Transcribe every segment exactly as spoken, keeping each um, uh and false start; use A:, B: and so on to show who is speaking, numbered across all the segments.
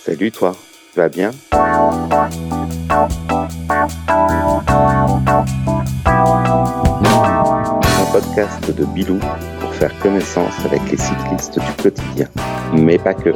A: Salut toi, tu vas bien? Un podcast de Bilou pour faire connaissance avec les cyclistes du quotidien, mais pas que.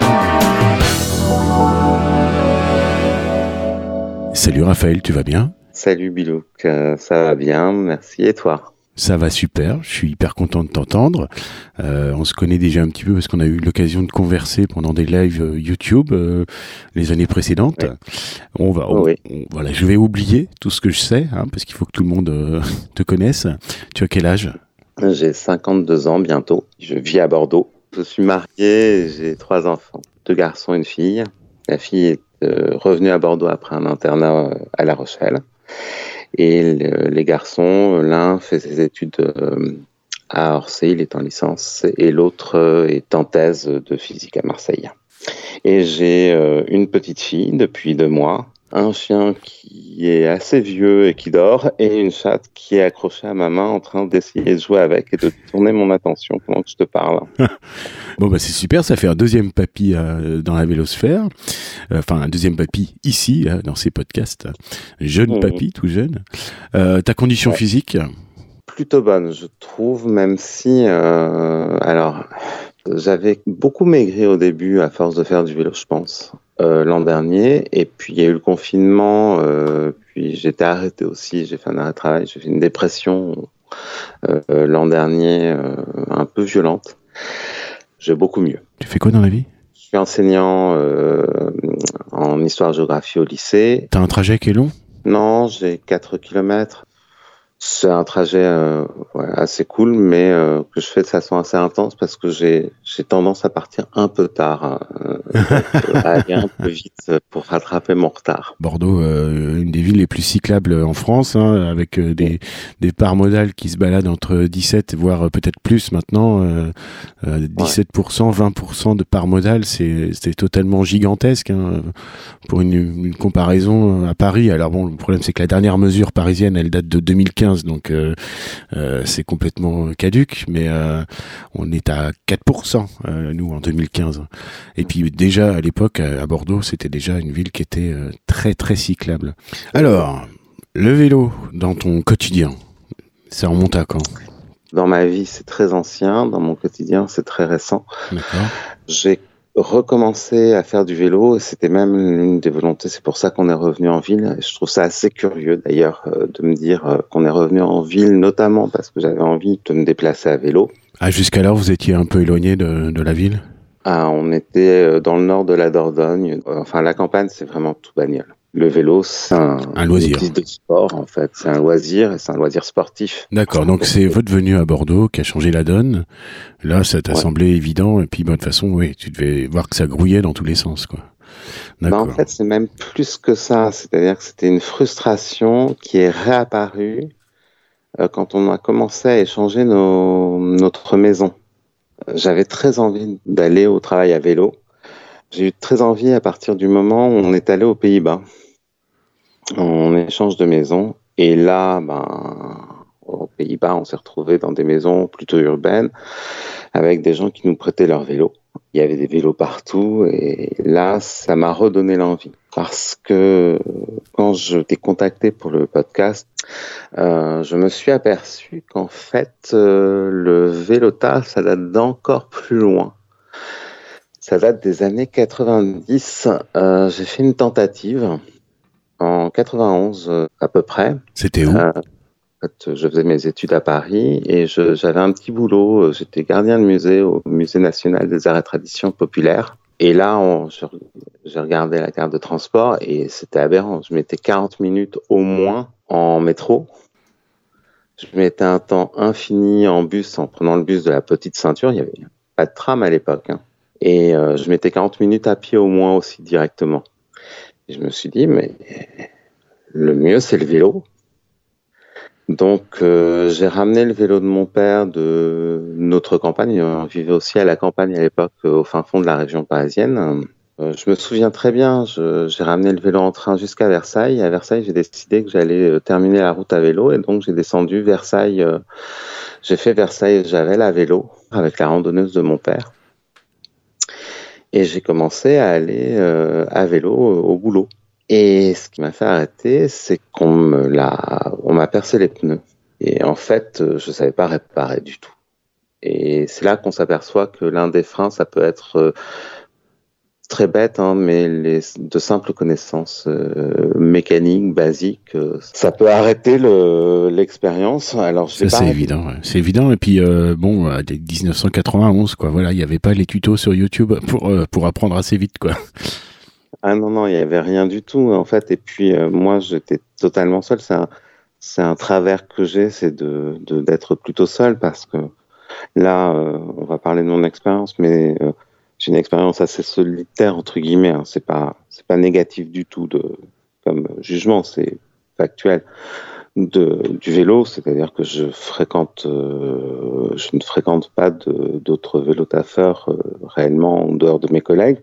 B: Salut Raphaël, tu vas bien?
A: Salut Bilou, euh, ça va bien, merci, et toi?
B: Ça va super, je suis hyper content de t'entendre. Euh, on se connaît déjà un petit peu parce qu'on a eu l'occasion de converser pendant des lives euh, YouTube euh, les années précédentes.
A: Oui.
B: On va, on,
A: Oui.
B: on- voilà, je vais oublier tout ce que je sais, hein, parce qu'il faut que tout le monde euh, te connaisse. Tu as quel âge?
A: J'ai cinquante-deux ans bientôt, je vis à Bordeaux. Je suis marié, j'ai trois enfants, deux garçons et une fille. La fille est euh, revenue à Bordeaux après un internat euh, à La Rochelle. Et le- les garçons, l'un fait ses études euh, à Orsay, il est en licence, et l'autre euh, est en thèse de physique à Marseille. Et j'ai euh, une petite fille depuis deux mois, un chien qui est assez vieux et qui dort, et une chatte qui est accrochée à ma main en train d'essayer de jouer avec et de tourner mon attention pendant que je te parle.
B: Bon bah c'est super, ça fait un deuxième papy euh, dans la vélosphère. Euh, Enfin un deuxième papy ici, hein, dans ces podcasts. Jeune
A: Mhm.
B: papy, tout jeune. Euh, ta condition
A: Ouais.
B: physique?
A: Plutôt bonne, je trouve, même si, euh, alors, j'avais beaucoup maigri au début à force de faire du vélo, je pense, euh, l'an dernier. Et puis il y a eu le confinement, euh, puis j'étais arrêté aussi, j'ai fait un arrêt de travail, j'ai fait une dépression euh, l'an dernier, euh, un peu violente. J'ai beaucoup mieux.
B: Tu fais quoi dans la vie?
A: Je suis enseignant euh, en histoire-géographie au lycée.
B: T'as un trajet qui est long?
A: Non, j'ai quatre kilomètres. C'est un trajet euh, ouais, assez cool, mais euh, que je fais de façon assez intense parce que j'ai j'ai tendance à partir un peu tard, euh, donc, euh, à aller un peu vite pour rattraper mon retard.
B: Bordeaux, euh, une des villes les plus cyclables en France, hein, avec euh, des, des parts modales qui se baladent entre dix-sept, voire euh, peut-être plus maintenant, euh, euh, dix-sept pour cent, vingt pour cent de parts modales, c'est, c'est totalement gigantesque, hein, pour une, une comparaison à Paris. Alors bon, le problème c'est que la dernière mesure parisienne, elle date de deux mille quinze, donc euh, euh, c'est complètement caduque, mais euh, on est à quatre pour cent, euh, nous, en deux mille quinze. Et puis déjà, à l'époque, à à Bordeaux, c'était déjà une ville qui était euh, très très cyclable. Alors, le vélo dans ton quotidien, ça remonte à quand?
A: Dans ma vie, c'est très ancien. Dans mon quotidien, c'est très récent.
B: D'accord.
A: J'ai recommencé à faire du vélo et c'était même l'une des volontés. C'est pour ça qu'on est revenu en ville. Et je trouve ça assez curieux d'ailleurs euh, de me dire euh, qu'on est revenu en ville, notamment parce que j'avais envie de me déplacer à vélo.
B: Ah, jusqu'alors, vous étiez un peu éloigné de, de la ville?
A: Ah, on était euh, dans le nord de la Dordogne. Euh, Enfin, la campagne, c'est vraiment tout bagnole. Le vélo, c'est un,
B: Un loisir.
A: une piste de sport, en fait. C'est un loisir et c'est un loisir sportif.
B: D'accord, donc c'est votre venue à Bordeaux qui a changé la donne. Là, ça t'a
A: Ouais.
B: semblé évident, et puis bah, de toute façon, oui, tu devais voir que ça grouillait dans tous les sens, quoi.
A: Ben,
B: D'accord.
A: en fait, c'est même plus que ça. C'est-à-dire que c'était une frustration qui est réapparue euh, quand on a commencé à échanger nos, notre maison. Euh, J'avais très envie d'aller au travail à vélo. J'ai eu très envie à partir du moment où on est allé aux Pays-Bas. On échange de maison. Et là, ben, aux Pays-Bas, on s'est retrouvé dans des maisons plutôt urbaines avec des gens qui nous prêtaient leurs vélos. Il y avait des vélos partout et là, ça m'a redonné l'envie. Parce que quand je t'ai contacté pour le podcast, euh, je me suis aperçu qu'en fait, euh, le vélotage, ça date d'encore plus loin. Ça date des années quatre-vingt-dix. Euh, j'ai fait une tentative en quatre-vingt-onze euh, à peu près.
B: C'était où?
A: Euh, En fait, je faisais mes études à Paris et je- j'avais un petit boulot. J'étais gardien de musée au Musée national des arts et traditions populaires. Et là, on- je- j'ai regardé la carte de transport et c'était aberrant. Je mettais quarante minutes au moins en métro. Je mettais un temps infini en bus en prenant le bus de la Petite Ceinture. Il n'y avait pas de tram à l'époque, hein. Et euh, je mettais quarante minutes à pied au moins aussi directement. Et je me suis dit, mais le mieux, c'est le vélo. Donc, euh, j'ai ramené le vélo de mon père de notre campagne. On vivait aussi à la campagne à l'époque, euh, au fin fond de la région parisienne. Euh, je me souviens très bien, je- j'ai ramené le vélo en train jusqu'à Versailles. À Versailles, j'ai décidé que j'allais euh, terminer la route à vélo et donc j'ai descendu Versailles. euh, j'ai fait Versailles-Javel à vélo avec la randonneuse de mon père. Et j'ai commencé à aller euh, à vélo au boulot. Et ce qui m'a fait arrêter, c'est qu'on me l'a, on m'a percé les pneus. Et en fait, je savais pas réparer du tout. Et c'est là qu'on s'aperçoit que l'un des freins, ça peut être euh, très bête, hein, mais les, de simples connaissances euh, mécaniques, basiques, euh, ça peut arrêter le, l'expérience. Alors, je
B: Ça,
A: l'ai pas
B: c'est
A: arrêté.
B: évident, ouais. C'est évident. Et puis, euh, bon, euh, dès dix-neuf cent quatre-vingt-onze, quoi. Voilà, il n'y avait pas les tutos sur YouTube pour, euh, pour apprendre assez vite, quoi.
A: Ah non, non, il n'y avait rien du tout, en fait. Et puis, euh, moi, j'étais totalement seul. C'est un, c'est un travers que j'ai, c'est de, de, d'être plutôt seul parce que là, euh, on va parler de mon expérience, mais euh, j'ai une expérience assez solitaire, entre guillemets. Hein. C'est pas, c'est pas négatif du tout de, comme jugement, c'est factuel. De, du vélo, c'est-à-dire que je fréquente, euh, je ne fréquente pas de, d'autres vélotaffeurs euh, réellement en dehors de mes collègues.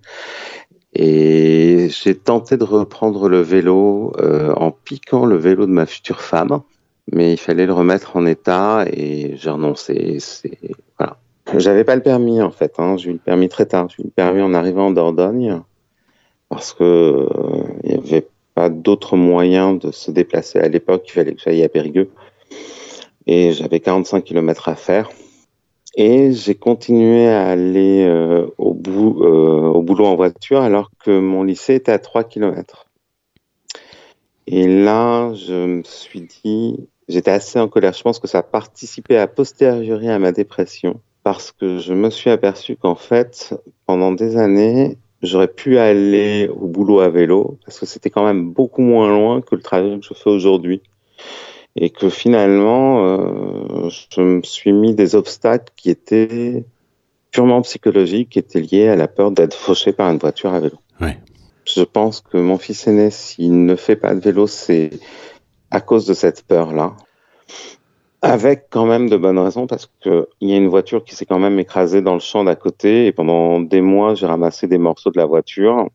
A: Et j'ai tenté de reprendre le vélo euh, en piquant le vélo de ma future femme, mais il fallait le remettre en état et j'ai renoncé. C'est voilà. J'avais pas le permis en fait. Hein. J'ai eu le permis très tard. J'ai eu le permis en arrivant en Dordogne parce que euh, il y avait pas d'autre moyen de se déplacer à l'époque. Il fallait que j'aille à Périgueux et j'avais quarante-cinq kilomètres à faire. Et j'ai continué à aller euh, au, bout, euh, au boulot en voiture alors que mon lycée était à trois kilomètres. Et là, je me suis dit, j'étais assez en colère. Je pense que ça a participé a posteriori à ma dépression parce que je me suis aperçu qu'en fait, pendant des années, j'aurais pu aller au boulot à vélo parce que c'était quand même beaucoup moins loin que le trajet que je fais aujourd'hui. Et que finalement, euh, je me suis mis des obstacles qui étaient purement psychologiques, qui étaient liés à la peur d'être fauché par une voiture à vélo.
B: Ouais.
A: Je pense que mon fils aîné, s'il ne fait pas de vélo, c'est à cause de cette peur-là. Avec quand même de bonnes raisons, parce qu'il y a une voiture qui s'est quand même écrasée dans le champ d'à côté, et pendant des mois, j'ai ramassé des morceaux de la voiture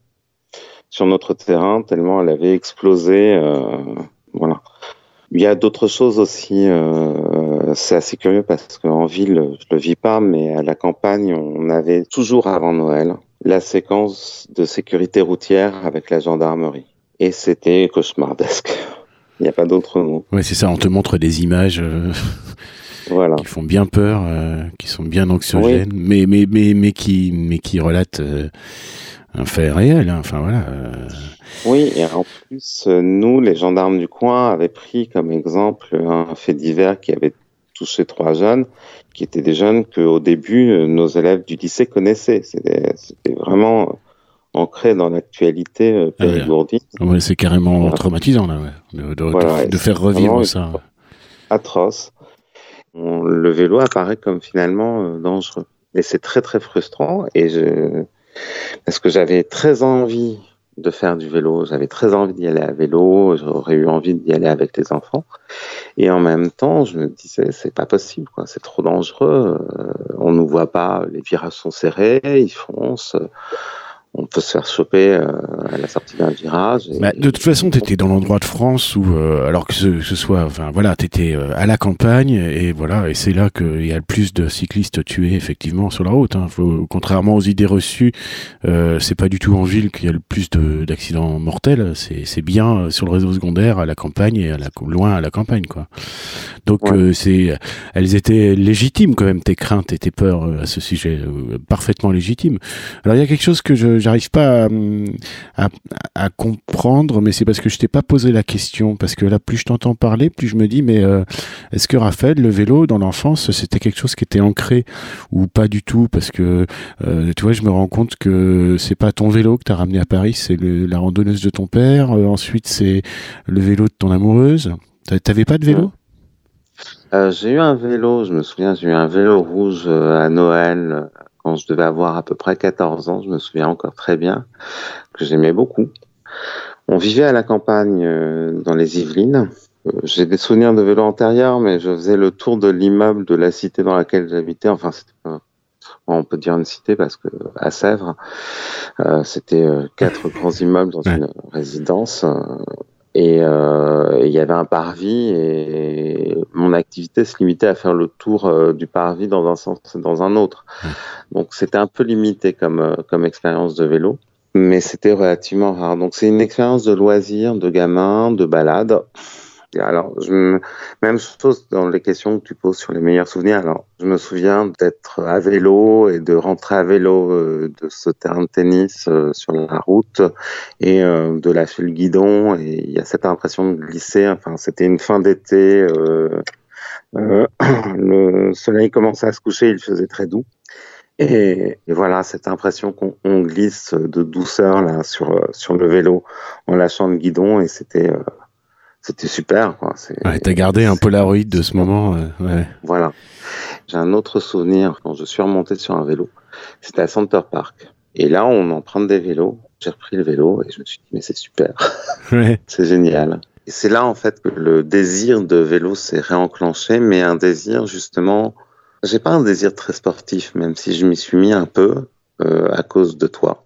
A: sur notre terrain, tellement elle avait explosé. Euh, voilà. Il y a d'autres choses aussi, euh, c'est assez curieux parce qu'en ville, je le vis pas, mais à la campagne, on avait toujours avant Noël la séquence de sécurité routière avec la gendarmerie. Et c'était cauchemardesque. Il n'y a pas d'autre mot.
B: Ouais, c'est ça, on te montre des images euh,
A: voilà.
B: qui font bien peur, euh, qui sont bien anxiogènes, oui. mais, mais, mais, mais, qui, mais qui relatent euh, un fait réel. Hein. Enfin, voilà. Euh...
A: Oui, et en plus, nous, les gendarmes du coin, avaient pris comme exemple un fait divers qui avait touché trois jeunes, qui étaient des jeunes qu'au début, nos élèves du lycée connaissaient. C'était, c'était vraiment ancré dans l'actualité euh, périgourdine.
B: Ah ouais, c'est carrément voilà. traumatisant, là, ouais. de, de,
A: voilà,
B: de, de faire revivre ça.
A: Atroce. On, le vélo apparaît comme finalement euh, dangereux. Et c'est très, très frustrant. Et je... Parce que j'avais très envie de faire du vélo. J'avais très envie d'y aller à vélo. J'aurais eu envie d'y aller avec les enfants. Et en même temps, je me disais, c'est pas possible, quoi. C'est trop dangereux. Euh, on nous voit pas. Les virages sont serrés. Ils foncent. On peut se faire choper euh, à la sortie d'un virage. Et...
B: Bah, de toute façon, t'étais dans l'endroit de France où, euh, alors que ce, ce soit, enfin voilà, t'étais euh, à la campagne et voilà, et c'est là qu'il y a le plus de cyclistes tués effectivement sur la route. Hein. Faut, contrairement aux idées reçues, euh, c'est pas du tout en ville qu'il y a le plus de, d'accidents mortels. C'est, c'est bien sur le réseau secondaire, à la campagne et à la, loin à la campagne, quoi. Donc ouais. euh, c'est, elles étaient légitimes quand même tes craintes et tes peurs euh, à ce sujet, euh, parfaitement légitimes. Alors il y a quelque chose que je j'arrive pas à, à, à comprendre, mais c'est parce que je t'ai pas posé la question, parce que là, plus je t'entends parler, plus je me dis, mais euh, est-ce que Raphaël, le vélo, dans l'enfance, c'était quelque chose qui était ancré ou pas du tout? Parce que, euh, tu vois, je me rends compte que c'est pas ton vélo que t'as ramené à Paris, c'est le, la randonneuse de ton père, euh, ensuite c'est le vélo de ton amoureuse. T'avais pas de vélo?
A: euh, J'ai eu un vélo, je me souviens, j'ai eu un vélo rouge euh, à Noël, quand je devais avoir à peu près quatorze ans, je me souviens encore très bien, que j'aimais beaucoup. On vivait à la campagne euh, dans les Yvelines. Euh, j'ai des souvenirs de vélo antérieur, mais je faisais le tour de l'immeuble de la cité dans laquelle j'habitais. Enfin, c'était pas, on peut dire une cité parce que à Sèvres, euh, c'était euh, quatre grands immeubles dans une résidence. Euh, Et euh, il y avait un parvis et mon activité se limitait à faire le tour euh, du parvis dans un sens et dans un autre. Mmh. Donc c'était un peu limité comme, euh, comme expérience de vélo, mais c'était relativement rare. Donc c'est une expérience de loisir, de gamin, de balade. Alors, je me... même chose dans les questions que tu poses sur les meilleurs souvenirs. Alors, je me souviens d'être à vélo et de rentrer à vélo euh, de ce terrain de tennis euh, sur la route et euh, de lâcher le guidon. Et il y a cette impression de glisser. Enfin, c'était une fin d'été. Euh, euh, le soleil commençait à se coucher. Il faisait très doux. Et, et voilà, cette impression qu'on on glisse de douceur là sur sur le vélo en lâchant le guidon. Et c'était euh, C'était super, quoi. C'est,
B: ouais, t'as gardé un Polaroid de ce moment. Euh, ouais.
A: Voilà. J'ai un autre souvenir quand je suis remonté sur un vélo. C'était à Center Park. Et là, on emprunte des vélos. J'ai repris le vélo et je me suis dit, mais c'est super.
B: Ouais.
A: C'est génial. Et c'est là, en fait, que le désir de vélo s'est réenclenché, mais un désir, justement... J'ai pas un désir très sportif, même si je m'y suis mis un peu euh, à cause de toi.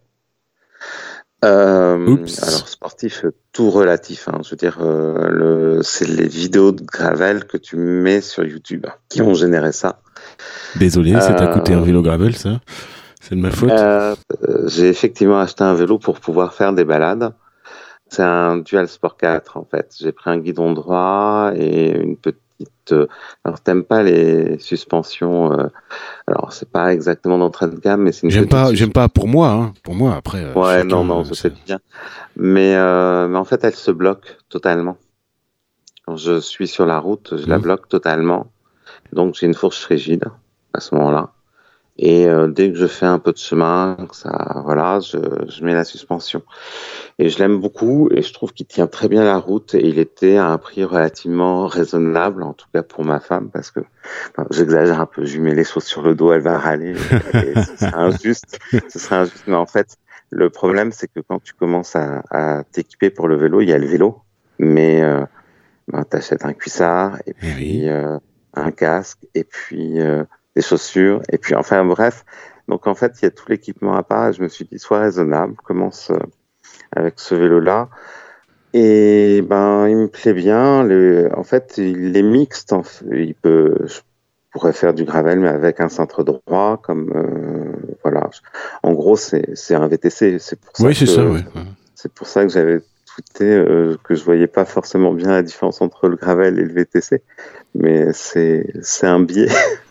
A: Euh, alors sportif, tout relatif. Hein. Je veux dire, euh, le, c'est les vidéos de gravel que tu mets sur YouTube qui ont généré ça.
B: Désolé, euh, ça t'a coûté un vélo gravel, ça. C'est de ma faute.
A: Euh, j'ai effectivement acheté un vélo pour pouvoir faire des balades. C'est un Dual Sport quatre en fait. J'ai pris un guidon droit et une petite. Alors t'aimes pas les suspensions. Euh... Alors c'est pas exactement d'entrée de gamme, mais c'est une.
B: J'aime pas,
A: suspension.
B: j'aime pas pour moi. Hein. Pour moi après.
A: Euh, ouais, non, non, je sais bien. Mais, euh, mais en fait, elle se bloque totalement. Quand je suis sur la route, je mmh. la bloque totalement. Donc j'ai une fourche rigide à ce moment-là. Et euh, dès que je fais un peu de chemin, ça, voilà, je, je mets la suspension. Et je l'aime beaucoup et je trouve qu'il tient très bien la route et il était à un prix relativement raisonnable, en tout cas pour ma femme, parce que enfin, j'exagère un peu, je lui mets les choses sur le dos, elle va râler et, et ce serait injuste, ce serait injuste. Mais en fait, le problème, c'est que quand tu commences à, à t'équiper pour le vélo, il y a le vélo, mais euh, ben, t'achètes un cuissard et puis oui. euh, un casque et puis euh, des chaussures, et puis enfin bref, donc en fait il y a tout l'équipement à part, et je me suis dit sois raisonnable, commence euh, avec ce vélo-là, et ben il me plaît bien, le, en fait il est mixte, en fait. Il peut, je pourrais faire du gravel mais avec un cintre droit, comme euh, voilà, en gros c'est, c'est un V T C, c'est pour ça
B: oui,
A: que,
B: c'est ça, ouais.
A: c'est pour ça que j'avais tweeté euh, que je voyais pas forcément bien la différence entre le gravel et le V T C, mais c'est, c'est un biais.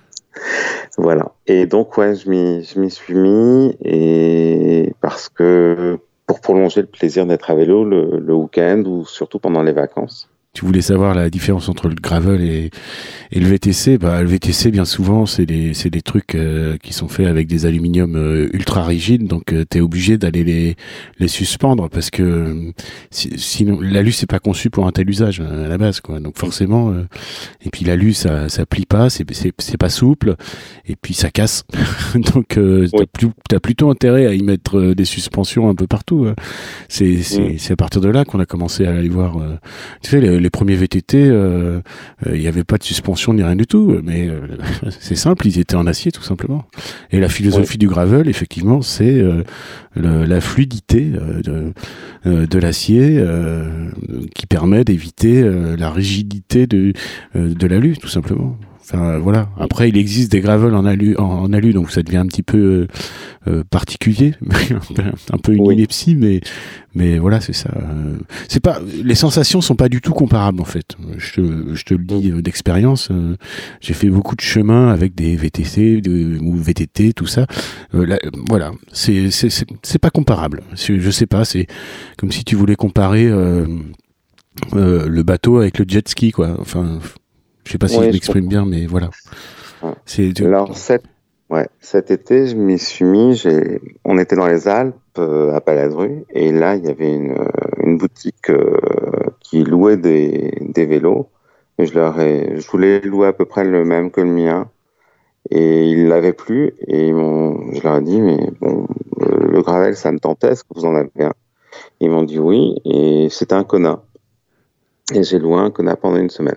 A: Voilà. Et donc, ouais, je m'y, je m'y suis mis et parce que pour prolonger le plaisir d'être à vélo le, le week-end ou surtout pendant les vacances.
B: Tu voulais savoir la différence entre le gravel et, et le V T C. Bah, le V T C, bien souvent, c'est des, c'est des trucs euh, qui sont faits avec des aluminiums euh, ultra rigides. Donc, euh, t'es obligé d'aller les, les suspendre parce que euh, si, sinon, l'alu, c'est pas conçu pour un tel usage à la base, quoi. Donc, forcément, euh, et puis l'alu, ça, ça plie pas, c'est, c'est, c'est pas souple, et puis ça casse. Donc, euh, oui. t'as, plus, t'as plutôt intérêt à y mettre euh, des suspensions un peu partout. Hein. C'est, c'est, mmh. c'est à partir de là qu'on a commencé à aller voir. Euh, tu sais, les, les premiers V T T, il euh, euh, y avait pas de suspension ni rien du tout, mais euh, c'est simple, ils étaient en acier tout simplement. Et la philosophie oui. du gravel, effectivement, c'est euh, le, la fluidité euh, de, euh, de l'acier euh, qui permet d'éviter euh, la rigidité de, euh, de l'alu, tout simplement. Enfin, voilà. Après, il existe des gravels en alu, en, en alu, donc ça devient un petit peu euh, particulier, un peu une oui. ineptie, mais mais voilà, c'est ça. C'est pas, les sensations sont pas du tout comparables en fait. Je te, je te le dis d'expérience. J'ai fait beaucoup de chemin avec des V T C de, ou V T T, tout ça. Euh, là, voilà, c'est c'est c'est, c'est pas comparable. Je sais pas. C'est comme si tu voulais comparer euh, euh, le bateau avec le jet ski, quoi. Enfin. Je sais pas si ouais, je m'exprime bien, mais voilà.
A: Ouais. C'est de... Alors, cet... Ouais, cet été, je m'y suis mis. J'ai... On était dans les Alpes, euh, à Paladru, et là, il y avait une, une boutique euh, qui louait des, des vélos. Et je, leur ai... je voulais louer à peu près le même que le mien. Et ils l'avaient plus. Et ils m'ont... je leur ai dit, mais bon, le gravel, ça me tentait. Est-ce que vous en avez un? Ils m'ont dit oui. Et c'était un Kona. Et j'ai loué un Kona pendant une semaine.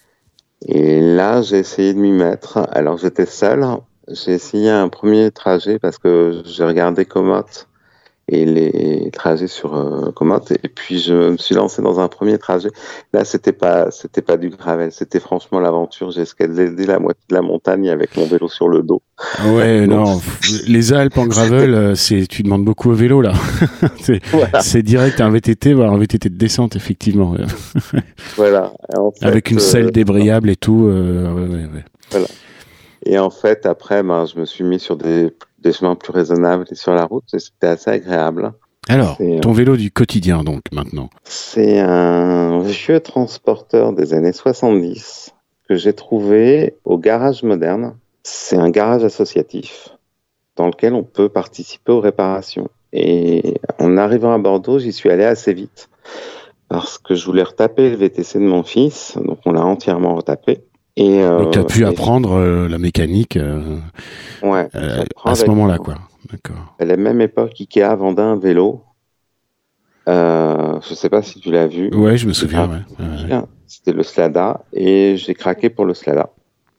A: Et là, j'ai essayé de m'y mettre. Alors, j'étais seul. J'ai essayé un premier trajet parce que j'ai regardé Komoot et les trajets sur euh, Komoot. Et puis je me suis lancé dans un premier trajet. Là, c'était pas, c'était pas du gravel, c'était franchement l'aventure. J'ai escaladé la moitié de la montagne avec mon vélo sur le dos.
B: Ouais,
A: Donc,
B: non, les Alpes en gravel, euh, c'est, tu demandes beaucoup au vélo là. c'est,
A: voilà.
B: c'est direct un V T T, voire un V T T de descente effectivement.
A: Voilà. En fait,
B: Avec une selle
A: euh,
B: débrayable et tout. Euh, ouais, ouais, ouais.
A: Voilà. Et en fait, après, ben, je me suis mis sur des, des chemins plus raisonnables et sur la route, et c'était assez agréable.
B: Alors,
A: c'est,
B: ton vélo du quotidien donc maintenant.
A: C'est un vieux transporteur des années soixante-dix que j'ai trouvé au garage moderne. C'est un garage associatif dans lequel on peut participer aux réparations. Et en arrivant à Bordeaux, j'y suis allé assez vite parce que je voulais retaper le V T C de mon fils, donc on l'a entièrement retapé. Et euh,
B: donc tu as pu
A: et
B: apprendre euh, la mécanique euh,
A: ouais,
B: euh, à ce moment-là, quoi. D'accord.
A: À la même époque, Ikea vendait un vélo. Euh, je ne sais pas si tu l'as vu.
B: Ouais, je me souviens. Ouais. Ouais, ouais.
A: C'était le Slada et j'ai craqué pour le Slada,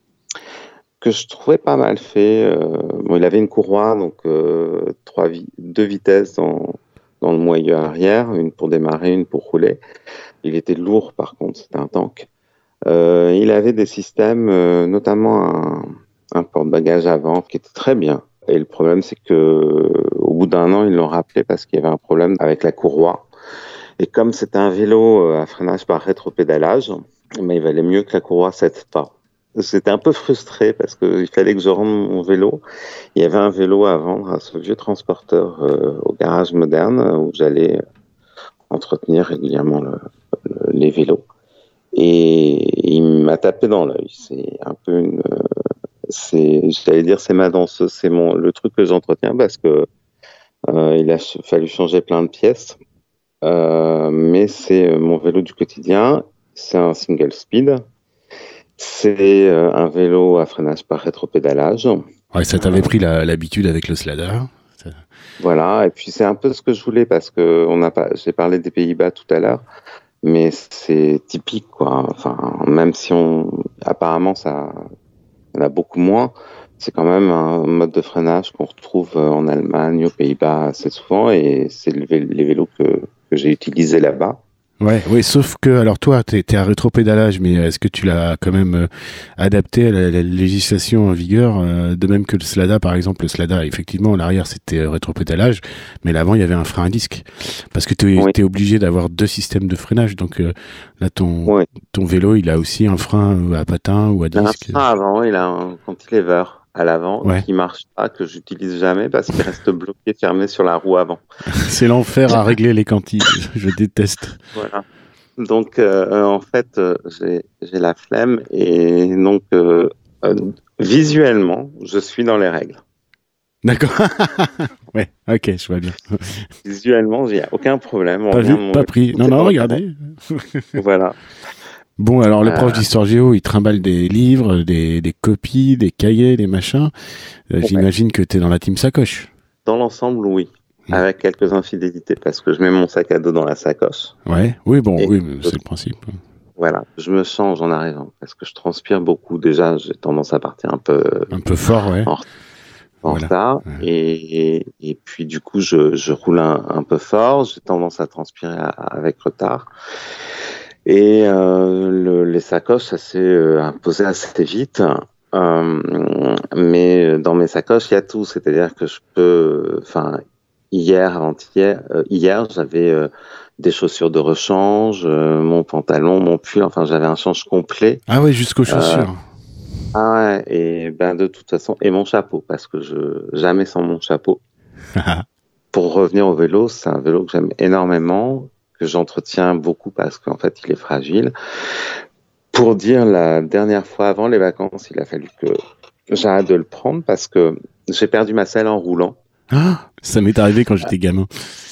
A: que je trouvais pas mal fait. Euh, bon, il avait une courroie, donc euh, trois vi- deux vitesses dans, dans le moyeu arrière, une pour démarrer, une pour rouler. Il était lourd par contre, c'était un tank. Euh, il avait des systèmes, euh, notamment un, un porte-bagages avant qui était très bien. Et le problème, c'est que au bout d'un an, ils l'ont rappelé parce qu'il y avait un problème avec la courroie. Et comme c'était un vélo à freinage par rétropédalage, mais il valait mieux que la courroie s'aide pas. J'étais un peu frustré parce qu'il fallait que je rende mon vélo. Il y avait un vélo à vendre à ce vieux transporteur euh, au garage moderne où j'allais entretenir régulièrement le, le, les vélos. Et il m'a tapé dans l'œil. C'est un peu une, c'est, j'allais dire, c'est ma danseuse, c'est mon le truc que j'entretiens parce que euh, il a ch- fallu changer plein de pièces. Euh, mais c'est mon vélo du quotidien. C'est un single speed. C'est euh, un vélo à freinage par rétropédalage.
B: Ouais, ça t'avait pris la, l'habitude avec le Slada. Ça...
A: Voilà. Et puis c'est un peu ce que je voulais parce que on a pas, j'ai parlé des Pays-Bas tout à l'heure. Mais c'est typique, quoi. Enfin, même si on, apparemment, ça, on a beaucoup moins, c'est quand même un mode de freinage qu'on retrouve en Allemagne, aux Pays-Bas assez souvent, et c'est le vé- les vélos que, que j'ai utilisés là-bas.
B: Ouais, ouais, sauf que, alors toi, t'es, t'es à rétropédalage, mais est-ce que tu l'as quand même euh, adapté à la, la législation en vigueur, euh, de même que le Slada, par exemple, le Slada, effectivement, l'arrière c'était euh, rétropédalage, mais l'avant il y avait un frein à disque, parce que t'es,
A: Oui.
B: t'es obligé d'avoir deux systèmes de freinage, donc euh, là ton,
A: Oui.
B: ton vélo, il a aussi un frein à patin ou à
A: Il a un
B: disque.
A: frein avant, il a un cantilever à l'avant
B: Ouais.
A: qui marche pas, que j'utilise jamais parce qu'il reste bloqué, fermé sur la roue avant.
B: C'est l'enfer à régler les quantilles, je déteste.
A: Voilà. Donc, euh, en fait, euh, j'ai, j'ai la flemme et donc, euh, euh, visuellement, je suis dans les règles.
B: D'accord. Ouais, ok, je vois bien.
A: Visuellement, il n'y a aucun problème. On
B: Pas vu,
A: mon...
B: pas pris. Non, non, regardez.
A: Voilà.
B: Bon, alors le prof
A: Euh...
B: d'histoire géo, il trimballe des livres, des, des copies, des cahiers, des machins. Euh,
A: Ouais.
B: J'imagine que t'es dans la team sacoche.
A: Dans l'ensemble, oui.
B: Mmh.
A: Avec quelques infidélités parce que je mets mon sac à dos dans la sacoche.
B: Ouais, oui, bon,
A: Et
B: oui, c'est le principe.
A: Voilà, je me change en arrivant parce que je transpire beaucoup. Déjà, j'ai tendance à partir un peu,
B: un peu fort, ouais.
A: En, en
B: voilà.
A: retard.
B: Ouais.
A: Et, et, et puis, du coup, je, je roule un, un peu fort. J'ai tendance à transpirer à, avec retard. Et euh, le, les sacoches, ça s'est euh, imposé assez vite. Euh, mais dans mes sacoches, il y a tout. C'est-à-dire que je peux... Enfin, hier, avant-hier, euh, hier, j'avais euh, des chaussures de rechange, euh, mon pantalon, mon pull. Enfin, j'avais un change complet.
B: Ah ouais, jusqu'aux chaussures.
A: Euh, ah ouais, et ben de toute façon, et mon chapeau, parce que je jamais sans mon chapeau. Pour revenir au vélo, c'est un vélo que j'aime énormément, que j'entretiens beaucoup parce qu'en fait, il est fragile. Pour dire, la dernière fois avant les vacances, il a fallu que j'arrête de le prendre parce que j'ai perdu ma selle en roulant.
B: Ah, ça m'est arrivé quand j'étais gamin.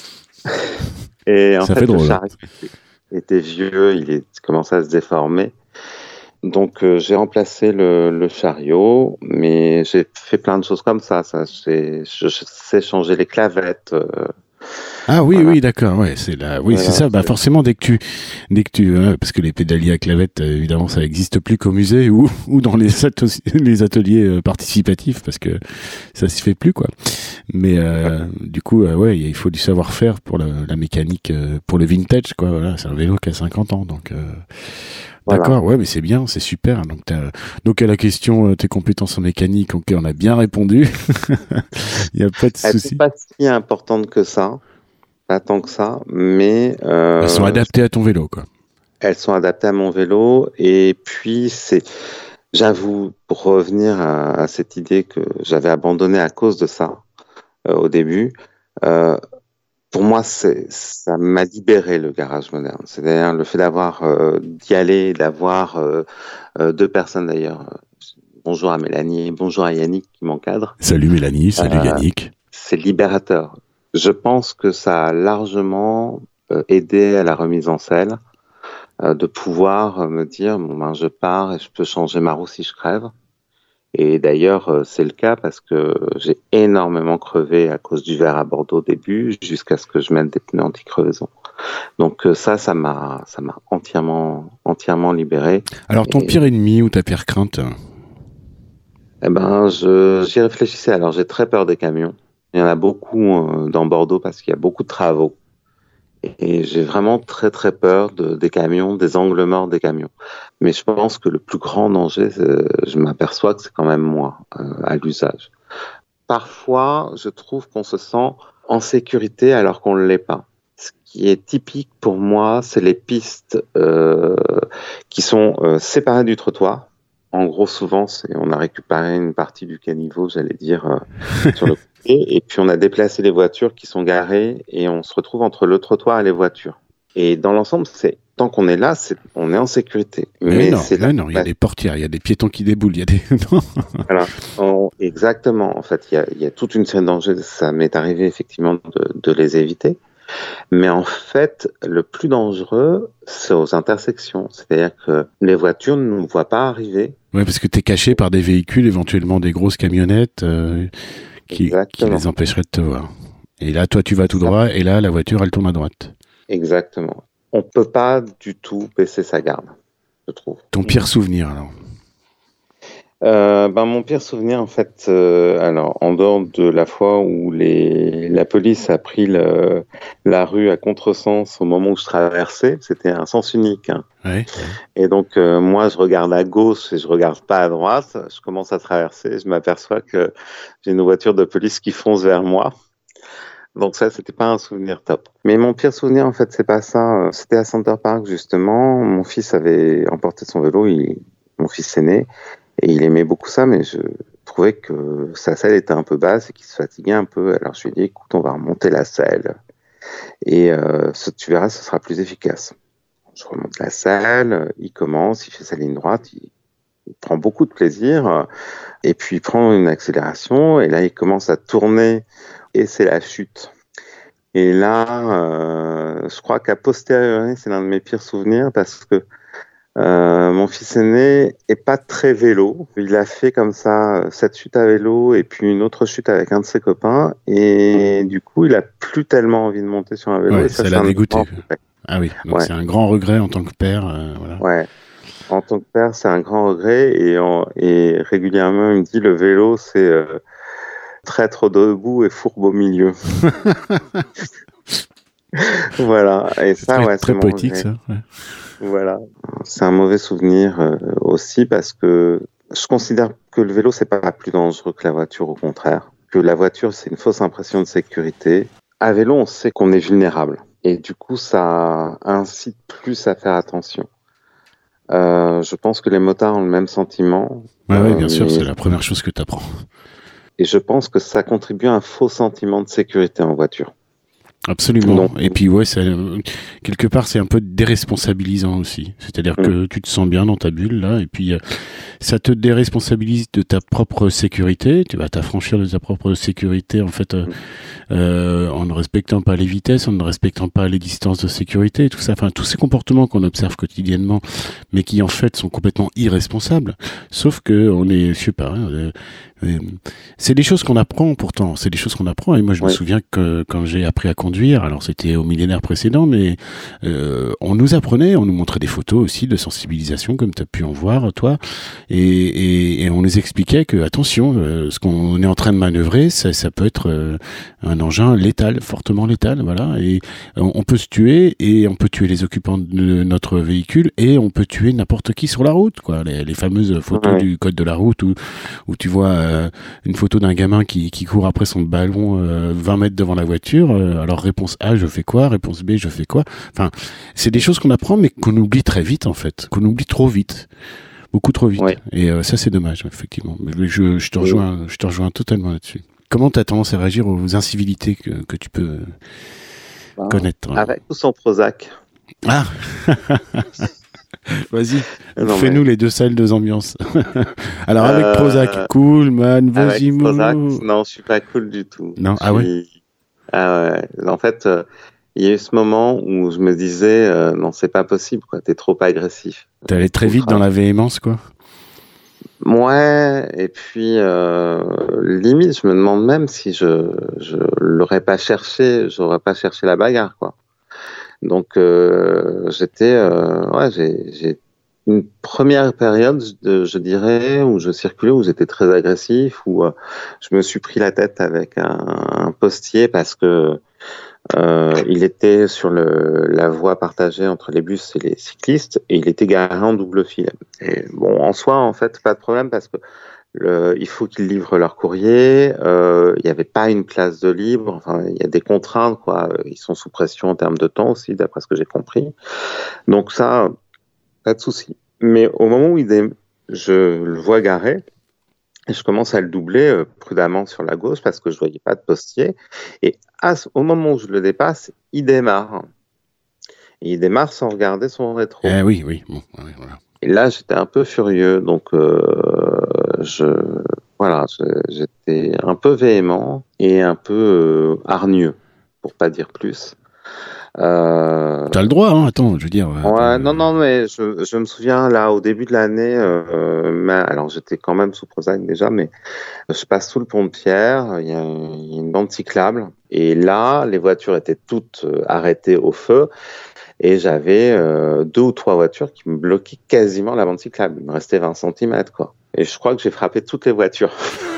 A: Et en
B: ça
A: fait,
B: fait drôle.
A: Le chariot était vieux, il est commençait à se déformer. Donc euh, j'ai remplacé le, le chariot, mais j'ai fait plein de choses comme ça. ça j'ai, je, je sais changer les clavettes. Euh,
B: Ah oui, voilà. oui, d'accord, ouais, c'est là, oui, voilà, c'est ça. Bah forcément, dès que tu, dès que tu, hein, parce que les pédaliers à clavette, évidemment, ça n'existe plus qu'au musée ou ou dans les ateliers, les ateliers participatifs, parce que ça se fait plus, quoi. Mais euh, du coup, euh, ouais, il faut du savoir-faire pour la, la mécanique, euh, pour le vintage, quoi. Voilà, c'est un vélo qui a cinquante ans, donc. Euh, voilà. D'accord, ouais, mais c'est bien, c'est super. Donc, t'as... donc à la question, euh, tes compétences en mécanique, ok, on a bien répondu. Il y a pas de souci.
A: Elles sont pas si importantes que ça, pas tant que ça, mais euh,
B: elles sont adaptées à ton vélo, quoi.
A: Elles sont adaptées à mon vélo, et puis c'est, j'avoue, pour revenir à, à cette idée que j'avais abandonnée à cause de ça euh, au début. Euh, Pour moi, c'est, ça m'a libéré le garage moderne. C'est-à-dire le fait d'avoir euh, d'y aller, d'avoir euh, euh, deux personnes d'ailleurs. Bonjour à Mélanie, bonjour à Yannick qui m'encadre.
B: Salut Mélanie, salut euh, Yannick.
A: C'est libérateur. Je pense que ça a largement euh, aidé à la remise en selle, euh, de pouvoir euh, me dire bon ben je pars et je peux changer ma roue si je crève. Et d'ailleurs, c'est le cas parce que j'ai énormément crevé à cause du verre à Bordeaux au début, jusqu'à ce que je mette des pneus anti-crevaison. Donc ça, ça m'a, ça m'a entièrement, entièrement libéré.
B: Alors ton et... pire ennemi ou ta pire crainte?
A: Eh ben, je, j'y réfléchissais. Alors j'ai très peur des camions. Il y en a beaucoup euh, dans Bordeaux parce qu'il y a beaucoup de travaux. Et j'ai vraiment très très peur de, des camions, des angles morts des camions. Mais je pense que le plus grand danger, je m'aperçois que c'est quand même moi, euh, à l'usage. Parfois, je trouve qu'on se sent en sécurité alors qu'on ne l'est pas. Ce qui est typique pour moi, c'est les pistes euh, qui sont euh, séparées du trottoir. En gros, souvent, c'est, on a récupéré une partie du caniveau, j'allais dire, euh, sur le côté, et puis on a déplacé les voitures qui sont garées, et on se retrouve entre le trottoir et les voitures. Et dans l'ensemble, c'est tant qu'on est là, c'est, on est en sécurité.
B: Mais, mais non, c'est mais non, il y a des portières, il y a des piétons qui déboulent, il y a des.
A: Voilà, on, exactement. En fait, il y a, il y a toute une série de dangers. Ça m'est arrivé effectivement de, de les éviter. Mais en fait, le plus dangereux, c'est aux intersections. C'est-à-dire que les voitures ne nous voient pas arriver.
B: Ouais, parce que tu es caché par des véhicules, éventuellement des grosses camionnettes, euh, qui, qui les empêcheraient de te voir. Et là, toi, tu vas tout droit, et là, la voiture, elle tourne à droite.
A: Exactement. On peut pas du tout baisser sa garde, je trouve.
B: Ton pire souvenir, alors?
A: Euh, ben mon pire souvenir en fait, euh, alors en dehors de la fois où les, la police a pris le, la rue à contresens au moment où je traversais, c'était un sens unique. Hein.
B: Ouais.
A: Et donc euh, moi je regarde à gauche et je regarde pas à droite. Je commence à traverser, je m'aperçois que j'ai une voiture de police qui fonce vers moi. Donc ça, c'était pas un souvenir top. Mais mon pire souvenir, en fait, c'est pas ça. C'était à Center Park justement. Mon fils avait emporté son vélo, il, mon fils aîné. Et il aimait beaucoup ça, mais je trouvais que sa selle était un peu basse et qu'il se fatiguait un peu. Alors je lui ai dit, écoute, on va remonter la selle. Et euh, ce, tu verras, ce sera plus efficace. Je remonte la selle, il commence, il fait sa ligne droite, il, il prend beaucoup de plaisir. Et puis il prend une accélération, et là il commence à tourner, et c'est la chute. Et là, euh, je crois qu'à posteriori, c'est l'un de mes pires souvenirs, parce que Euh, mon fils aîné est pas très vélo. Il a fait comme ça cette chute à vélo et puis une autre chute avec un de ses copains, et du coup il a plus tellement envie de monter sur un vélo.
B: Ouais,
A: et ça,
B: ça l'a dégoûté. Ah oui, donc ouais. C'est un grand regret en tant que père. Euh, voilà.
A: Ouais, en tant que père c'est un grand regret, et, en, et régulièrement il me dit le vélo c'est euh, traître debout et fourbe au milieu. Voilà, et
B: c'est
A: ça
B: très,
A: ouais,
B: très
A: c'est
B: poétique ça. Ouais.
A: Voilà, c'est un mauvais souvenir euh, aussi, parce que je considère que le vélo c'est pas plus dangereux que la voiture, au contraire. Que la voiture c'est une fausse impression de sécurité. À vélo on sait qu'on est vulnérable, et du coup ça incite plus à faire attention. Euh, je pense que les motards ont le même sentiment.
B: Ouais,
A: euh,
B: ouais bien sûr, c'est la première chose que tu apprends.
A: Et je pense que ça contribue à un faux sentiment de sécurité en voiture.
B: Absolument. Non. Et puis ouais, ça, quelque part c'est un peu déresponsabilisant aussi. C'est-à-dire mmh. que tu te sens bien dans ta bulle là, et puis euh, ça te déresponsabilise de ta propre sécurité. Tu vas t'affranchir de ta propre sécurité en fait, euh, mmh. euh, en ne respectant pas les vitesses, en ne respectant pas les distances de sécurité, tout ça. Enfin, tous ces comportements qu'on observe quotidiennement, mais qui en fait sont complètement irresponsables. Sauf que on est, je sais pas. Hein, euh, euh, c'est des choses qu'on apprend pourtant. C'est des choses qu'on apprend. Et moi, je oui. me souviens que quand j'ai appris à conduire, conduire. Alors c'était au millénaire précédent, mais euh, on nous apprenait, on nous montrait des photos aussi de sensibilisation, comme tu as pu en voir toi, et, et, et on nous expliquait que attention, euh, ce qu'on est en train de manœuvrer, ça, ça peut être euh, un engin létal, fortement létal, voilà, et on, on peut se tuer, et on peut tuer les occupants de notre véhicule, et on peut tuer n'importe qui sur la route, quoi. Les, les fameuses photos ouais. du code de la route où, où tu vois euh, une photo d'un gamin qui, qui court après son ballon euh, vingt mètres devant la voiture. Euh, alors réponse A, je fais quoi? Réponse B, je fais quoi? Enfin, c'est des choses qu'on apprend, mais qu'on oublie très vite en fait, qu'on oublie trop vite, beaucoup trop vite. Ouais. Et euh, ça, c'est dommage, effectivement. Je, je, je te rejoins, je te rejoins totalement là-dessus. Comment tu as tendance à réagir aux incivilités que, que tu peux bah, connaître?
A: Avec ou sans Prozac.
B: Ah. Vas-y, non, fais-nous mais... les deux salles, deux ambiances. Alors avec euh... Prozac, cool, man, vas-y,
A: avec Prozac, non, je suis pas cool du tout.
B: Non,
A: je
B: ah
A: suis...
B: ouais.
A: Ah ouais. En fait, euh, il y a eu ce moment où je me disais, euh, non, c'est pas possible, quoi. T'es trop agressif.
B: T'allais très vite dans la véhémence, quoi.
A: Ouais, et puis euh, limite, je me demande même si je je l'aurais pas cherché, j'aurais pas cherché la bagarre, quoi. Donc euh, j'étais, euh, ouais, j'ai, j'ai une première période, de, je dirais, où je circulais, où j'étais très agressif, où euh, je me suis pris la tête avec un, un postier parce que euh, il était sur le, la voie partagée entre les bus et les cyclistes et il était garé en double fil. Et bon, en soi, en fait, pas de problème parce que Le, il faut qu'ils livrent leur courrier. Euh, il n'y avait pas une place de libre. Enfin, il y a des contraintes, quoi. Ils sont sous pression en termes de temps aussi, d'après ce que j'ai compris. Donc ça, pas de souci. Mais au moment où il est, je le vois garé, et je commence à le doubler euh, prudemment sur la gauche parce que je voyais pas de postier. Et à, au moment où je le dépasse, il démarre. Et il démarre sans regarder son rétro.
B: Eh oui, oui. Bon, ouais, voilà.
A: Et là, j'étais un peu furieux, donc euh, je, voilà, je, j'étais un peu véhément et un peu euh, hargneux, pour pas dire plus.
B: Euh... T'as le droit, hein, attends, je veux dire.
A: Ouais,
B: euh...
A: non, non, mais je, je me souviens, là, au début de l'année, euh, mais, alors j'étais quand même sous Prozac déjà, mais je passe sous le pont de Pierre, il y a, il y a une bande cyclable, et là, les voitures étaient toutes arrêtées au feu. Et j'avais euh, deux ou trois voitures qui me bloquaient quasiment la bande cyclable. Il me restait vingt centimètres, quoi. Et je crois que j'ai frappé toutes les voitures.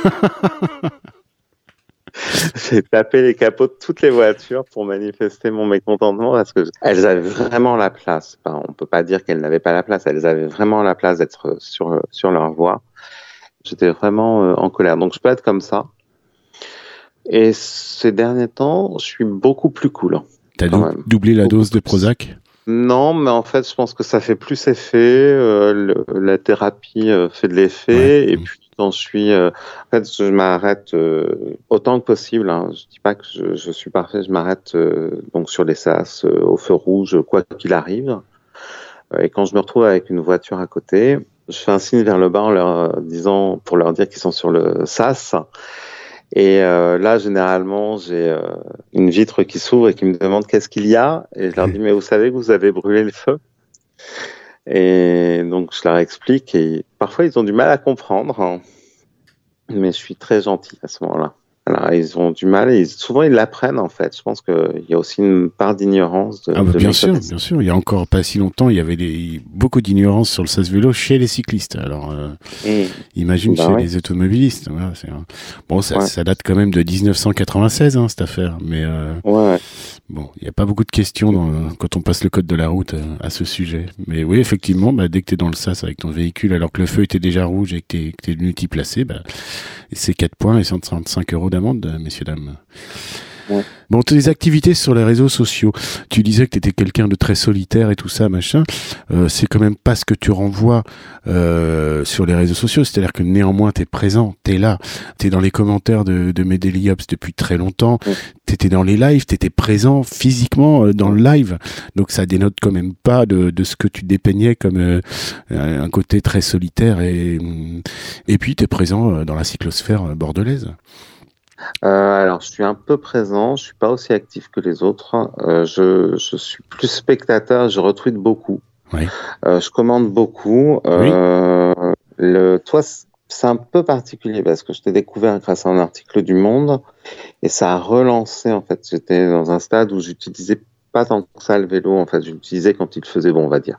A: J'ai tapé les capots de toutes les voitures pour manifester mon mécontentement parce que elles avaient vraiment la place. Enfin, on peut pas dire qu'elles n'avaient pas la place. Elles avaient vraiment la place d'être sur, sur leur voie. J'étais vraiment euh, en colère. Donc, je peux être comme ça. Et ces derniers temps, je suis beaucoup plus cool.
B: T'as dou- doublé la dose de Prozac ?
A: Non, mais en fait, je pense que ça fait plus effet. Euh, le, la thérapie euh, fait de l'effet. Ouais. Et puis, quand je suis... Euh, en fait, je m'arrête euh, autant que possible. Hein. Je dis pas que je, je suis parfait. Je m'arrête euh, donc sur les sas, euh, au feu rouge, quoi qu'il arrive. Et quand je me retrouve avec une voiture à côté, je fais un signe vers le bas en leur disant, pour leur dire qu'ils sont sur le sas. Et euh, là, généralement, j'ai euh, une vitre qui s'ouvre et qui me demande qu'est-ce qu'il y a. Et je leur dis, mais vous savez que vous avez brûlé le feu. Et donc, je leur explique. Et parfois, ils ont du mal à comprendre. Hein. Mais je suis très gentil à ce moment-là. Alors, ils ont du mal et ils, souvent, ils l'apprennent, en fait. Je pense qu'il y a aussi une part d'ignorance. De,
B: ah bah
A: de
B: bien sûr, bien sûr. Il y a encore pas si longtemps, il y avait des, beaucoup d'ignorance sur le sas vélo chez les cyclistes. Alors, euh, mmh. imagine bah chez ouais. les automobilistes. Voilà, c'est un... Bon, ça, ouais. ça date quand même de dix-neuf cent quatre-vingt-seize, hein, cette affaire. Mais euh,
A: ouais.
B: bon, il n'y a pas beaucoup de questions dans, quand on passe le code de la route euh, à ce sujet. Mais oui, effectivement, bah, dès que tu es dans le sas avec ton véhicule, alors que le feu était déjà rouge et que tu es multiplacé, bah, c'est quatre points et cent trente-cinq euros d'amende, messieurs, dames. Ouais. Bon, tes activités sur les réseaux sociaux, tu disais que tu étais quelqu'un de très solitaire et tout ça, machin. Euh, c'est quand même pas ce que tu renvoies euh, sur les réseaux sociaux. C'est-à-dire que néanmoins, tu es présent, tu es là. Tu es dans les commentaires de, de mes Daily Ups depuis très longtemps. Ouais. Tu étais dans les lives, tu étais présent physiquement euh, dans le live. Donc ça dénote quand même pas de, de ce que tu dépeignais comme euh, un côté très solitaire. Et, et puis, tu es présent dans la cyclosphère bordelaise.
A: Euh, alors, je suis un peu présent, je suis pas aussi actif que les autres. Euh, je, je suis plus spectateur, je retweete beaucoup.
B: Oui.
A: Euh, je commande beaucoup. Euh,
B: oui.
A: le, toi, c'est un peu particulier parce que je t'ai découvert grâce à un article du Monde et ça a relancé, en fait. J'étais dans un stade où j'utilisais pas tant que ça le vélo, en fait. Je l'utilisais quand il faisait bon, on va dire.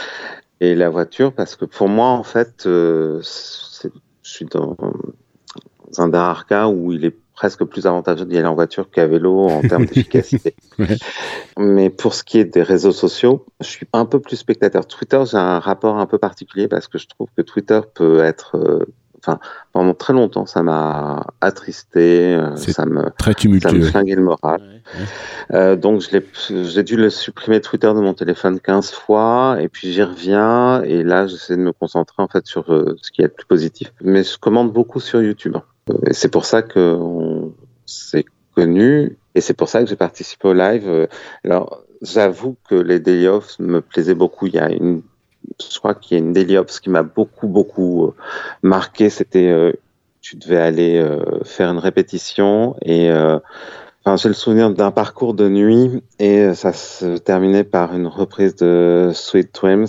A: Et la voiture, parce que pour moi, en fait, euh, c'est, je suis dans, dans un des rares cas où il est presque plus avantageux d'y aller en voiture qu'à vélo en termes d'efficacité. Ouais. Mais pour ce qui est des réseaux sociaux, je suis un peu plus spectateur. Twitter, j'ai un rapport un peu particulier parce que je trouve que Twitter peut être... Euh, Enfin, pendant très longtemps, ça m'a attristé, euh, ça me,
B: très tumultueux.
A: Ça me flinguait le moral. Ouais, ouais. Euh, donc, je l'ai, j'ai dû le supprimer Twitter de mon téléphone quinze fois, et puis j'y reviens, et là, j'essaie de me concentrer en fait sur euh, ce qui est le plus positif. Mais je commande beaucoup sur YouTube, et c'est pour ça que on s'est connus, et c'est pour ça que j'ai participé au live. Alors, j'avoue que les Daily Off me plaisaient beaucoup. Il y a une Je crois qu'il y a une Daily Ops qui m'a beaucoup, beaucoup euh, marqué. C'était, euh, tu devais aller euh, faire une répétition et euh, enfin, j'ai le souvenir d'un parcours de nuit et ça se terminait par une reprise de Sweet Dreams.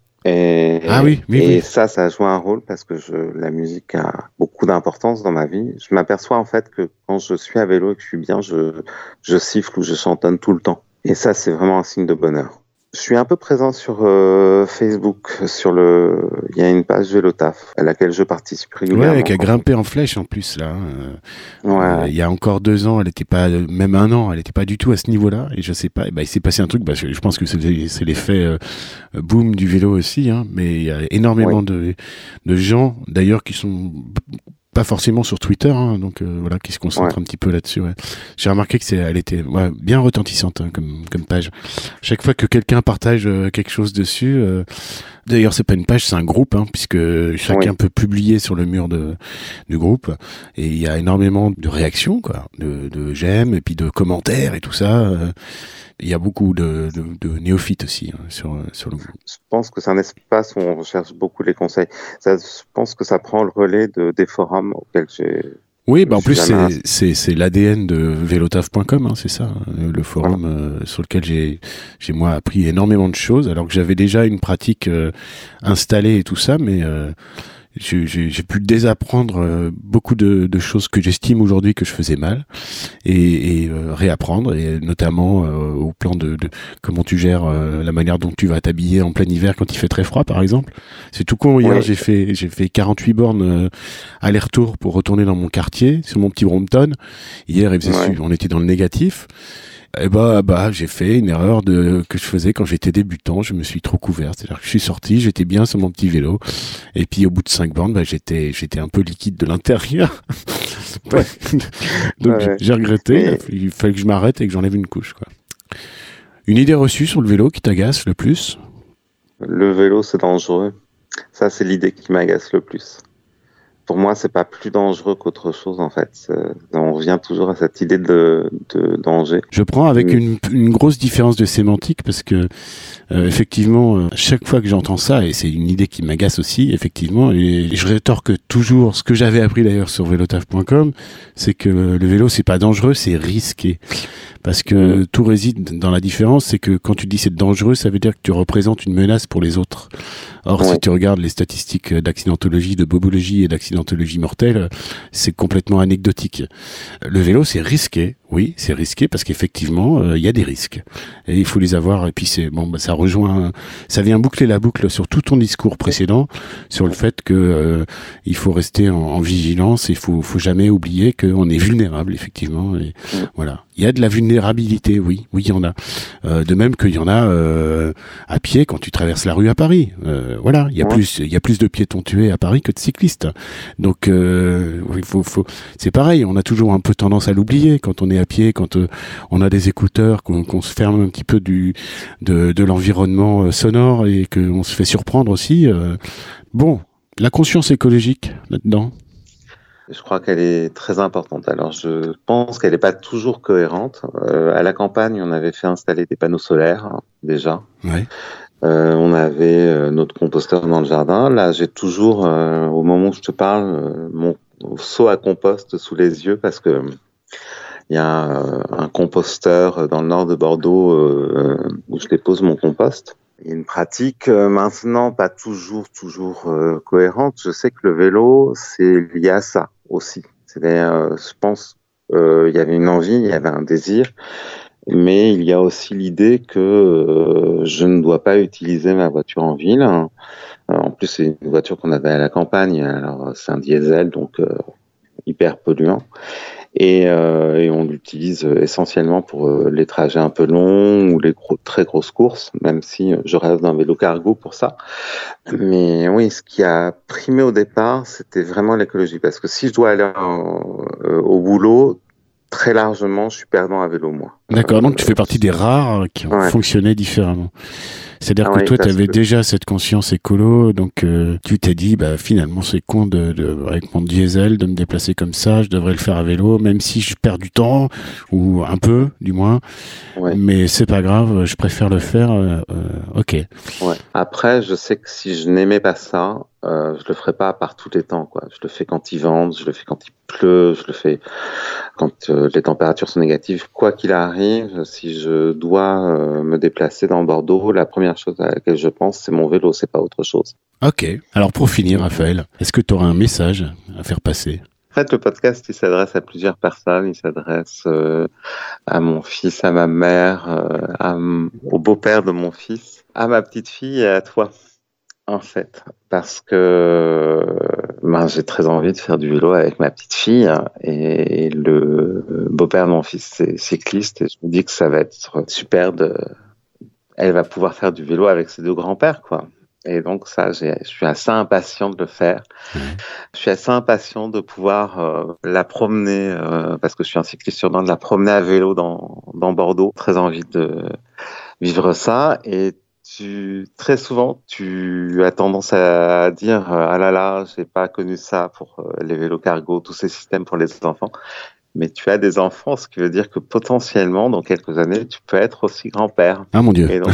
A: Et,
B: ah oui, oui,
A: et
B: oui.
A: ça, ça joue un rôle parce que je, la musique a beaucoup d'importance dans ma vie. Je m'aperçois en fait que quand je suis à vélo et que je suis bien, je, je siffle ou je chantonne tout le temps. Et ça, c'est vraiment un signe de bonheur. Je suis un peu présent sur euh, Facebook, sur le, il y a une page Vélotaf à laquelle je participe régulièrement.
B: Ouais, qui a grimpé en flèche en plus là. Euh,
A: ouais.
B: Euh, il y a encore deux ans, elle était pas, même un an, elle était pas du tout à ce niveau-là. Et je sais pas, et ben il s'est passé un truc. Bah, je, je pense que c'est, c'est l'effet euh, boom du vélo aussi, hein. Mais il y a énormément ouais. de de gens d'ailleurs qui sont pas forcément sur Twitter, hein, donc euh, voilà, qui se concentre ouais. un petit peu là-dessus. Ouais. J'ai remarqué que c'est, elle était ouais, bien retentissante hein, comme comme page. Chaque fois que quelqu'un partage euh, quelque chose dessus, euh, d'ailleurs c'est pas une page, c'est un groupe, hein, puisque chacun oui. peut publier sur le mur de du groupe, et il y a énormément de réactions, quoi, de, de j'aime et puis de commentaires et tout ça. Euh, il y a beaucoup de, de, de néophytes aussi hein, sur sur le groupe.
A: Je pense que c'est un espace où on recherche beaucoup les conseils. Ça, je pense que ça prend le relais de, des forums auxquels j'ai...
B: Oui, bah en plus c'est, c'est c'est l'A D N de vélotaf point com, hein, c'est ça, le forum voilà. euh, sur lequel j'ai j'ai moi appris énormément de choses, alors que j'avais déjà une pratique euh, installée et tout ça, mais euh, j'ai, j'ai, j'ai pu désapprendre euh, beaucoup de, de choses que j'estime aujourd'hui que je faisais mal, et, et euh, réapprendre, et notamment euh, au plan de, de comment tu gères euh, la manière dont tu vas t'habiller en plein hiver quand il fait très froid, par exemple. C'est tout con. Hier, ouais. j'ai fait j'ai fait quarante-huit bornes euh, aller-retour pour retourner dans mon quartier sur mon petit Brompton. Hier, il faisait ouais. su, on était dans le négatif. Et bah, bah, j'ai fait une erreur de, que je faisais quand j'étais débutant. Je me suis trop couvert. C'est-à-dire que je suis sorti, j'étais bien sur mon petit vélo. Et puis, au bout de cinq bornes, bah, j'étais, j'étais un peu liquide de l'intérieur. Ouais. Donc, ouais. j'ai regretté. Et... Il fallait que je m'arrête et que j'enlève une couche, quoi. Une idée reçue sur le vélo qui t'agace le plus?
A: Le vélo, c'est dangereux. Ça, c'est l'idée qui m'agace le plus. Pour moi, c'est pas plus dangereux qu'autre chose, en fait. C'est... On revient toujours à cette idée de, de danger.
B: Je prends avec mmh. une, une grosse différence de sémantique parce que, euh, effectivement, euh, chaque fois que j'entends ça, et c'est une idée qui m'agace aussi, effectivement, et je rétorque toujours ce que j'avais appris d'ailleurs sur vélotaf point com, c'est que le vélo, c'est pas dangereux, c'est risqué. Parce que mmh. tout réside dans la différence, c'est que quand tu dis c'est dangereux, ça veut dire que tu représentes une menace pour les autres. Or, ouais. si tu regardes les statistiques d'accidentologie, de bobologie et d'accidentologie mortelle, c'est complètement anecdotique. Le vélo, c'est risqué. Oui, c'est risqué parce qu'effectivement, il euh, y a des risques. Et il faut les avoir. Et puis, c'est bon, bah, ça rejoint, ça vient boucler la boucle sur tout ton discours précédent, sur le fait que euh, il faut rester en, en vigilance. Il faut, faut jamais oublier qu'on est vulnérable, effectivement. Et mmh. voilà. Il y a de la vulnérabilité, oui, oui, il y en a. Euh, de même qu'il y en a euh, à pied quand tu traverses la rue à Paris. Euh, voilà, il y a ouais. plus, il y a plus de piétons tués à Paris que de cyclistes. Donc, euh, il faut, faut, c'est pareil. On a toujours un peu tendance à l'oublier quand on est à pied, quand euh, on a des écouteurs, qu'on, qu'on se ferme un petit peu du de, de l'environnement sonore et qu'on se fait surprendre aussi. Euh, bon, la conscience écologique là-dedans.
A: Je crois qu'elle est très importante. Alors, je pense qu'elle n'est pas toujours cohérente. Euh, à la campagne, on avait fait installer des panneaux solaires, hein, déjà.
B: Ouais.
A: Euh, on avait euh, notre composteur dans le jardin. Là, j'ai toujours, euh, au moment où je te parle, euh, mon seau à compost sous les yeux parce que il y a euh, un composteur dans le nord de Bordeaux euh, où je dépose mon compost. Il y a une pratique euh, maintenant pas toujours toujours euh, cohérente. Je sais que le vélo, c'est lié à ça aussi. C'est-à-dire, euh, je pense, euh, il y avait une envie, il y avait un désir, mais il y a aussi l'idée que euh, je ne dois pas utiliser ma voiture en ville. Euh, en plus, c'est une voiture qu'on avait à la campagne, alors c'est un diesel, donc euh, hyper polluant. Et, euh, et on l'utilise essentiellement pour euh, les trajets un peu longs ou les gros, très grosses courses, même si je rêve d'un vélo cargo pour ça. Mais oui, ce qui a primé au départ, c'était vraiment l'écologie. Parce que si je dois aller en, euh, au boulot, très largement, je suis perdant à vélo, moi.
B: D'accord, donc tu fais partie des rares qui ont ouais. fonctionné différemment. C'est-à-dire ah que oui, toi, tu avais que... déjà cette conscience écolo, donc euh, tu t'es dit, bah finalement, c'est con de, de, avec mon diesel, de me déplacer comme ça, je devrais le faire à vélo, même si je perds du temps, ou un peu, du moins. Ouais. Mais c'est pas grave, je préfère le faire, euh, euh, ok.
A: Ouais. Après, je sais que si je n'aimais pas ça, euh, je le ferais pas par tous les temps, quoi. Je le fais quand il vente, je le fais quand il pleut, je le fais quand euh, les températures sont négatives. Quoi qu'il arrive, si je dois euh, me déplacer dans Bordeaux, la première chose à laquelle je pense, c'est mon vélo, c'est pas autre chose.
B: Ok. Alors pour finir, Raphaël, est-ce que tu auras un message à faire passer ?
A: En fait, le podcast, il s'adresse à plusieurs personnes. Il s'adresse euh, à mon fils, à ma mère, euh, à, au beau-père de mon fils, à ma petite fille et à toi, en fait. Parce que ben, j'ai très envie de faire du vélo avec ma petite fille. Hein, et le beau-père de mon fils, c'est cycliste. Et je me dis que ça va être super de... Elle va pouvoir faire du vélo avec ses deux grands-pères, quoi. Et donc ça, j'ai, je suis assez impatient de le faire. Mmh. Je suis assez impatient de pouvoir euh, la promener, euh, parce que je suis un cycliste urbain, de la promener à vélo dans, dans Bordeaux. Très envie de vivre ça. Et tu, très souvent, tu as tendance à dire « Ah là là, j'ai pas connu ça pour euh, les vélos cargo, tous ces systèmes pour les enfants ». Mais tu as des enfants, ce qui veut dire que potentiellement, dans quelques années, tu peux être aussi grand-père.
B: Ah mon Dieu.
A: Et donc,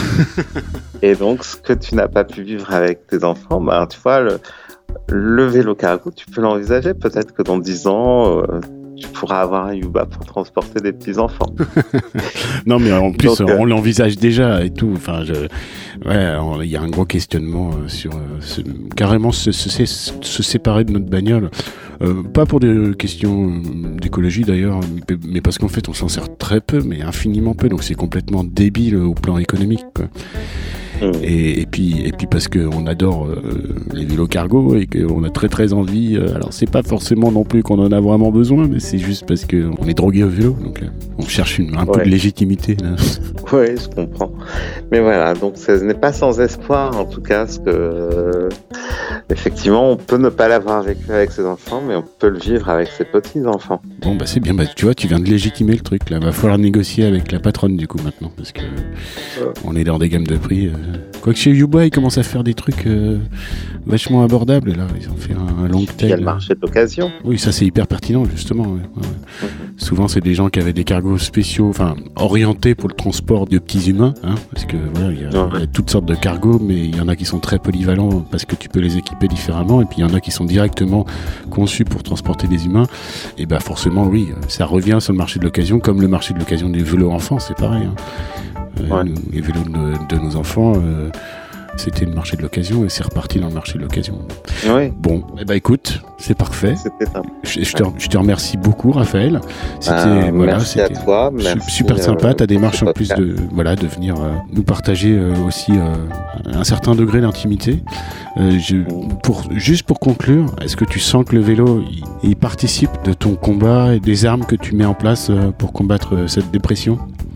A: et donc ce que tu n'as pas pu vivre avec tes enfants, ben, tu vois, le, le vélo cargo, tu peux l'envisager. Peut-être que dans dix ans, euh, tu pourras avoir un Yuba pour transporter des petits-enfants.
B: Non, mais en plus, donc, on euh... l'envisage déjà et tout. Enfin, je... ouais, il y a un gros questionnement sur euh, ce... carrément se, se, se séparer de notre bagnole. Euh, pas pour des questions d'écologie d'ailleurs, mais parce qu'en fait on s'en sert très peu, mais infiniment peu, donc c'est complètement débile au plan économique, quoi. Mmh. Et, et puis et puis parce que on adore euh, les vélos cargo et qu'on a très très envie. Euh, alors c'est pas forcément non plus qu'on en a vraiment besoin, mais c'est juste parce que on est drogué au vélo, donc euh, on cherche une, un ouais. peu de légitimité. Là.
A: Oui, je comprends. Mais voilà, donc ce n'est pas sans espoir en tout cas, parce que euh, effectivement on peut ne pas l'avoir vécu avec ses enfants, mais on peut le vivre avec ses petits enfants.
B: Bon bah c'est bien, bah tu vois, tu viens de légitimer le truc là. Va falloir négocier avec la patronne du coup maintenant, parce que ouais. on est dans des gammes de prix. Euh, Quoique chez Yuba, ils commencent à faire des trucs euh, vachement abordables. Là, ils ont fait un, un long tail.
A: Il y a le marché de l'occasion.
B: Oui, ça c'est hyper pertinent justement. Ouais. Ouais. Mm-hmm. Souvent, c'est des gens qui avaient des cargos spéciaux, enfin orientés pour le transport de petits humains, hein, parce que voilà, il y, ouais. y a toutes sortes de cargos, mais il y en a qui sont très polyvalents parce que tu peux les équiper différemment, et puis il y en a qui sont directement conçus pour transporter des humains. Et ben bah, forcément, oui, ça revient sur le marché de l'occasion, comme le marché de l'occasion des vélos enfants, c'est pareil. Hein. Euh, ouais. nous, les vélos de, de nos enfants, euh, c'était le marché de l'occasion et c'est reparti dans le marché de l'occasion.
A: Oui.
B: Bon, eh ben écoute, c'est parfait.
A: C'était simple.
B: Je, je, te, je te remercie beaucoup, Raphaël.
A: C'était, euh, voilà, merci c'était à toi. Merci,
B: super sympa. Euh, ta démarche en plus de, voilà, de venir euh, nous partager euh, aussi euh, un certain degré d'intimité. Euh, je, pour, juste pour conclure, est-ce que tu sens que le vélo il, il participe de ton combat et des armes que tu mets en place euh, pour combattre euh, cette dépression ?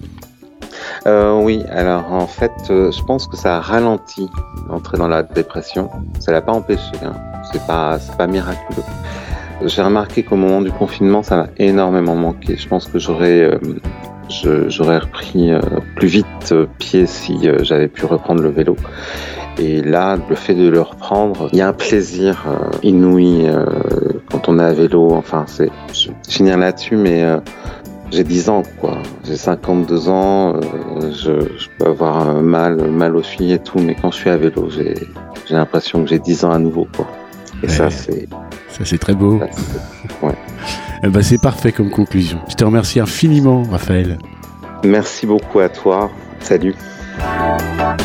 A: Euh, oui, alors en fait, euh, je pense que ça a ralenti l'entrée dans la dépression. Ça l'a pas empêché, hein. C'est pas, c'est pas miraculeux. J'ai remarqué qu'au moment du confinement, ça m'a énormément manqué. Je pense que j'aurais, euh, je, j'aurais repris euh, plus vite euh, pied si euh, j'avais pu reprendre le vélo. Et là, le fait de le reprendre, il y a un plaisir euh, inouï euh, quand on est à vélo. Enfin, c'est, je vais finir là-dessus, mais euh, j'ai dix ans, quoi. J'ai cinquante-deux ans, euh, je, je peux avoir euh, mal, mal aux chevilles et tout, mais quand je suis à vélo, j'ai, j'ai l'impression que j'ai dix ans à nouveau, quoi. Et ouais, ça, c'est...
B: Ça, c'est très beau.
A: Ça, c'est... Ouais.
B: Eh ben, c'est parfait comme conclusion. Je te remercie infiniment, Raphaël.
A: Merci beaucoup à toi. Salut.